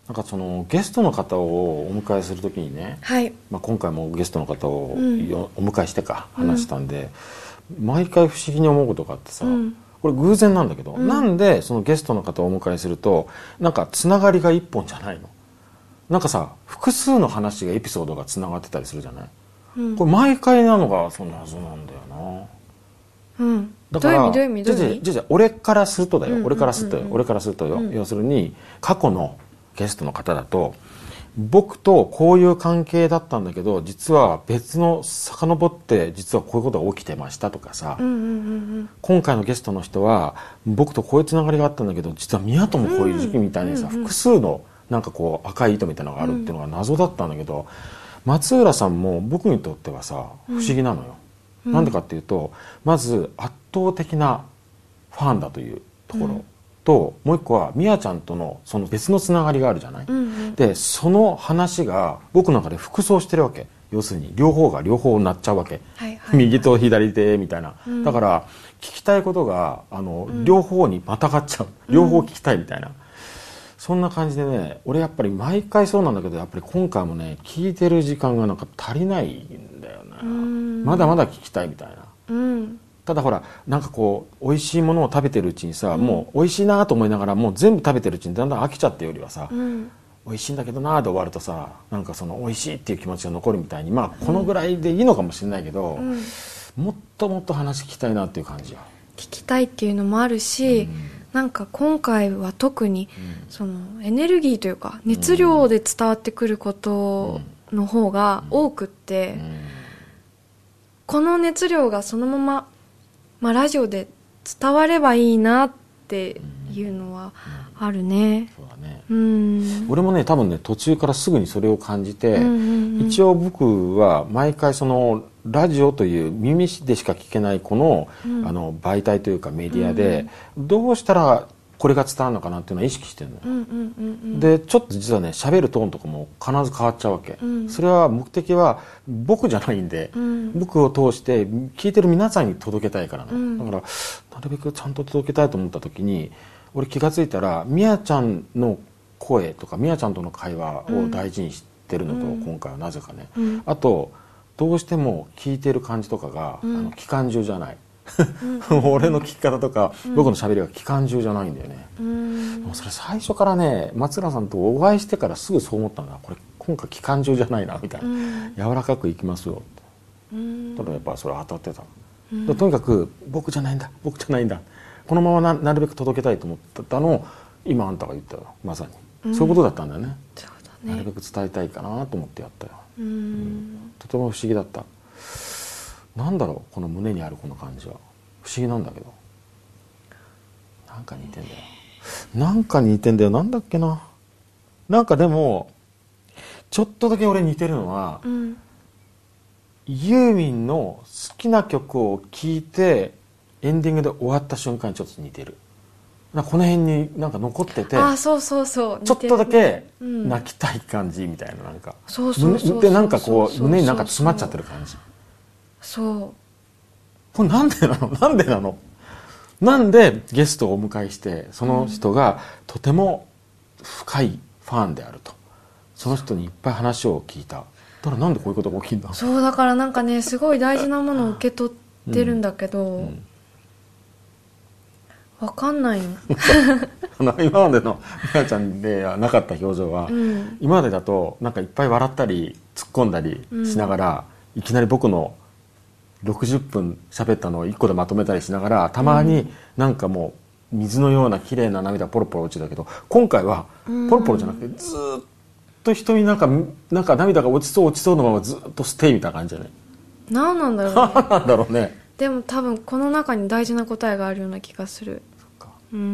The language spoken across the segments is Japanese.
なんかそのゲストの方をお迎えするときにね、 はい、 今回もゲストの方をお迎えして話したんで、毎回不思議に思うことがあってさ、これ偶然なんだけど、なんでそのゲストの方をお迎えするとなんかつながりが一本じゃないの？なんかさ、複数の話がエピソードがつながってたりするじゃない、これ毎回なのがその謎なんだよな。だからどういう意味じゃ俺からするとだよ、俺からするとよ、要するに過去のゲストの方だと僕とこういう関係だったんだけど実は別の遡って実はこういうことが起きてましたとかさ、今回のゲストの人は僕とこういうつながりがあったんだけど実は宮ともこういう時期みたいにさ、複数のなんかこう赤い糸みたいなのがあるっていうのが謎だったんだけど、松浦さんも僕にとってはさ不思議なのよ。なんでかっていうとまず圧倒的なファンだというところと、もう一個はみやちゃんとのその別のつながりがあるじゃない、でその話が僕の中で複層してるわけ。要するに両方が両方なっちゃうわけ、右と左手みたいな、だから聞きたいことが両方にまたがっちゃう、両方聞きたいみたいな、そんな感じでね、俺やっぱり毎回そうなんだけどやっぱり今回もね聞いてる時間がなんか足りないんだよね。まだまだ聞きたいみたいな、ただほらなんかこう美味しいものを食べてるうちにさ、もう美味しいなと思いながらもう全部食べてるうちにだんだん飽きちゃってよりはさ、美味しいんだけどなで終わるとさ、なんかその美味しいっていう気持ちが残るみたいに、このぐらいでいいのかもしれないけど、もっともっと話聞きたいなっていう感じよ。 聞きたいっていうのもあるし、なんか今回は特にそのエネルギーというか熱量で伝わってくることの方が多くって、この熱量がそのまま、ラジオで伝わればいいなっていうのはあるね。 そうだね。俺もね多分ね途中からすぐにそれを感じて、一応僕は毎回そのラジオという耳でしか聞けないこの、媒体というかメディアで、どうしたらこれが伝わるのかなっていうのは意識してるの、でちょっと実はね喋るトーンとかも必ず変わっちゃうわけ、それは目的は僕じゃないんで、僕を通して聞いてる皆さんに届けたいからな、だからなるべくちゃんと届けたいと思った時に俺気が付いたらみやちゃんの声とかみやちゃんとの会話を大事にしてるのと、今回はなぜかね、あとどうしても聞いてる感じとかが、機関銃じゃない俺の聞き方とか、僕の喋りが機関銃じゃないんだよね。もうそれ最初からね松浦さんとお会いしてからすぐそう思ったんだ。これ今回機関銃じゃないなみたいな、柔らかくいきますよって。ただやっぱそれ当たってた、とにかく僕じゃないんだこのまま なるべく届けたいと思ったのを今あんたが言ったよ。まさに、そういうことだったんだよね。 そうだね。 なるべく伝えたいかなと思ってやったよ。とても不思議だった。なんだろうこの胸にあるこの感じは不思議なんだけど、なんか似てんだよ、なんだっけな。なんかでもちょっとだけ俺似てるのは、ユーミンの好きな曲を聴いてエンディングで終わった瞬間にちょっと似てる。この辺になんか残ってて、 そうちょっとだけ泣きたい感じみたいな、なんかでなんかこう胸になんか詰まっちゃってる感じ。 そうこれなんでなのなんでゲストをお迎えしてその人がとても深いファンであると、その人にいっぱい話を聞いた。だからなんでこういうことが起きるんだ。 そうだからなんかねすごい大事なものを受け取ってるんだけど、わかんないの今までのみやちゃんではなかった表情は、今までだとなんかいっぱい笑ったり突っ込んだりしながら、いきなり僕の60分喋ったのを1個でまとめたりしながら、たまになんかもう水のような綺麗な涙ポロポロ落ちたけど、今回はポロポロじゃなくてずっと瞳になんか涙が落ちそうのままずっとステイみたいな感じじゃない。 何なんだろうね何なんだろうね。 でも多分この中に大事な答えがあるような気がする。 そっか、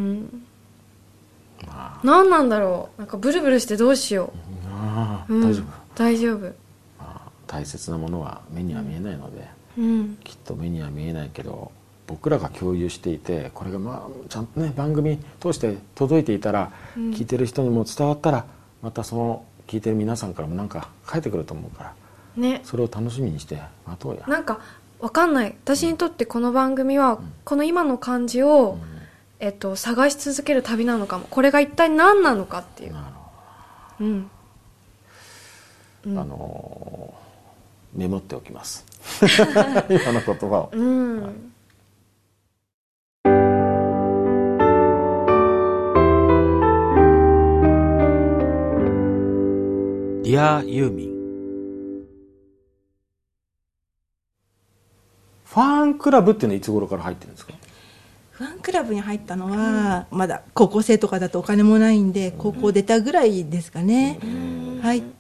何なんだろう。なんかブルブルしてどうしよう。大丈夫。 大切なものは目には見えないので、きっと目には見えないけど僕らが共有していて、これがちゃんとね番組通して届いていたら、聞いてる人にも伝わったら、またその聞いてる皆さんからもなんか返ってくると思うから、ね、それを楽しみにして待とうや。 なんかわかんない。私にとってこの番組は、この今の感じを、探し続ける旅なのかも。これが一体何なのかっていう。 うんメモっておきます今の言葉を、 うんはい、Dear ユーミン、ファンクラブっていうのはいつ頃から入ってるんですか？ ファンクラブに入ったのは、まだ高校生とかだとお金もないんで、高校出たぐらいですかね、入って。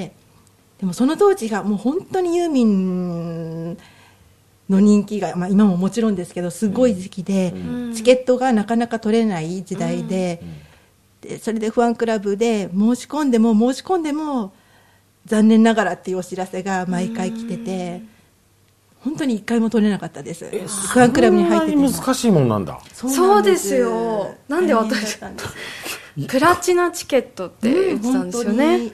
でもその当時がもう本当にユーミンの人気が、今ももちろんですけどすごい時期で、チケットがなかなか取れない時代で、それでファンクラブで申し込んでも残念ながらっていうお知らせが毎回来てて、本当に1回も取れなかったです。ファンクラブに入っててそんなに難しいもんなんだ。 そうですよ。なんで私プラチナチケットって言ってたんですよね。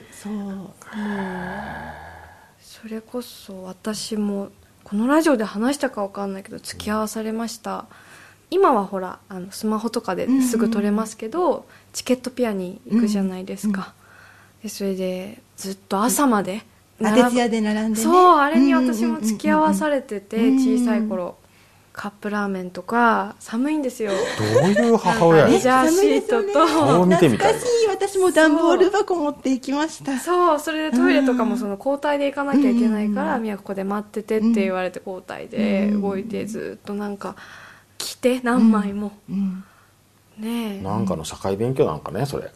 それこそ私もこのラジオで話したか分かんないけど付き合わされました。今はほらスマホとかですぐ取れますけど、チケットピアに行くじゃないですか、でそれでずっと朝まで徹夜で並んでね。 そう、あれに私も付き合わされてて、小さい頃カップラーメンとか寒いんですよ。 どういう母親レジャーシートと、 顔見てみたい。 懐かしい。私も段ボール箱持って行きました。 そう、それでトイレとかもその交代で行かなきゃいけないから、みやここで待っててって言われて交代で動いて、ずっとなんか来て何枚も、ねえ、 なんかの社会勉強なんかねそれ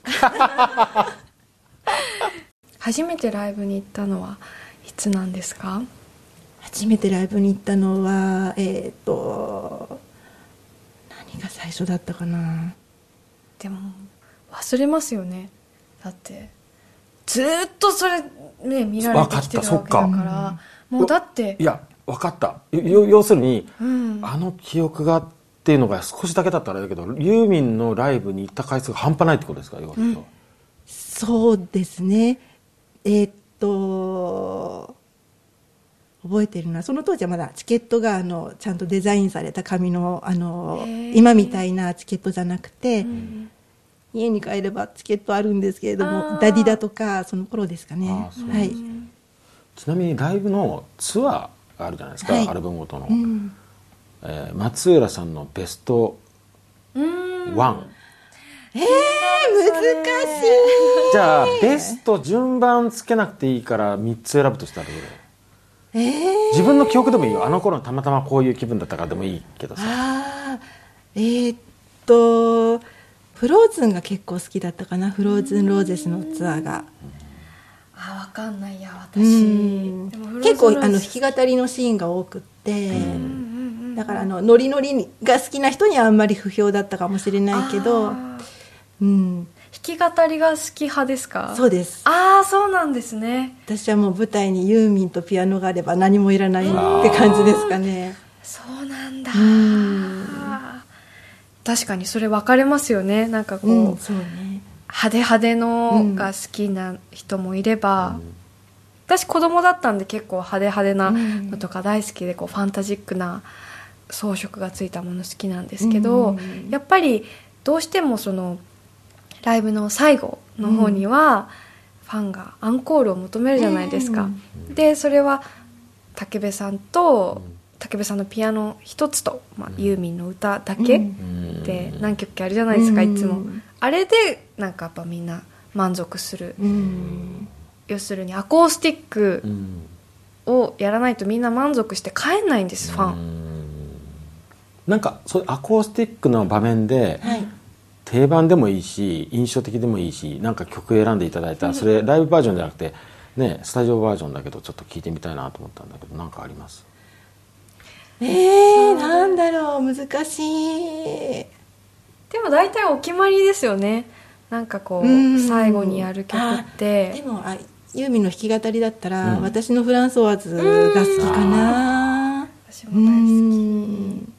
初めてライブに行ったのはいつなんですか？ 初めてライブに行ったのは何が最初だったかな。 でも忘れますよね。だってずっとそれね見られてきてるわけだから、もうだっていや分かった。要するに、あの記憶がっていうのが少しだけだったらだけど、ユーミンのライブに行った回数が半端ないってことですか？ そうですね。覚えてるのはその当時はまだチケットがちゃんとデザインされた紙の今みたいなチケットじゃなくて、家に帰ればチケットあるんですけれども、ダディだとかその頃ですかね。はい。 ちなみにライブのツアーがあるじゃないですか、アルバムごとの、松浦さんのベスト1。 難しい。 じゃあベスト順番つけなくていいから3つ選ぶとしたらどれ？自分の記憶でもいいよ。あの頃たまたまこういう気分だったからでもいいけどさ。 フローズンが結構好きだったかな。フローズンローゼスのツアーが。 分かんないや私。でも結構弾き語りのシーンが多くって、だからノリノリが好きな人にはあんまり不評だったかもしれないけど、 弾き語りが好き派ですか？ そうです。 そうなんですね。 私はもう舞台にユーミンとピアノがあれば何もいらないって感じですかね。 そうなんだ。確かにそれ分かれますよね。なんかこう、 そうね、 派手派手のが好きな人もいれば、私子供だったんで結構派手派手なのとか大好きで、こうファンタジックな装飾がついたもの好きなんですけど、やっぱりどうしてもそのライブの最後の方にはファンがアンコールを求めるじゃないですか。でそれは武部さんと武部さんのピアノ一つと、ユーミンの歌だけで何曲かあるじゃないですか、いつも。あれでなんかやっぱみんな満足する、要するにアコースティックをやらないとみんな満足して帰んないんです、ファン。 なんかそうアコースティックの場面で、定番でもいいし印象的でもいいし、なんか曲選んでいただいた、それライブバージョンじゃなくてね、スタジオバージョンだけどちょっと聞いてみたいなと思ったんだけど、なんかあります？ なんだろう、難しい。 でも大体お決まりですよね。なんかこう最後にやる曲って。 でもユーミンの弾き語りだったら、私のフランソワーズが好きかな。 私も大好き。